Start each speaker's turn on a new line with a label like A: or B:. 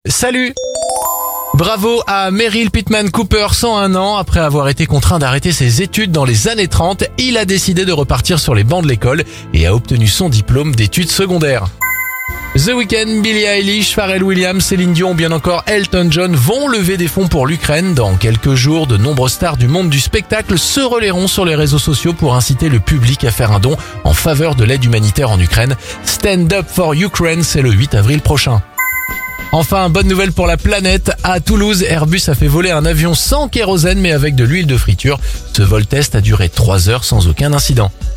A: Salut! Bravo à Meryl Pittman Cooper, 101 ans. Après avoir été contraint d'arrêter ses études dans les années 30, il a décidé de repartir sur les bancs de l'école et a obtenu son diplôme d'études secondaires. The Weeknd, Billie Eilish, Pharrell Williams, Céline Dion ou bien encore Elton John vont lever des fonds pour l'Ukraine. Dans quelques jours, de nombreuses stars du monde du spectacle se relayeront sur les réseaux sociaux pour inciter le public à faire un don en faveur de l'aide humanitaire en Ukraine. Stand Up for Ukraine, c'est le 8 avril prochain. Enfin, bonne nouvelle pour la planète. À Toulouse, Airbus a fait voler un avion sans kérosène mais avec de l'huile de friture. Ce vol test a duré 3 heures sans aucun incident.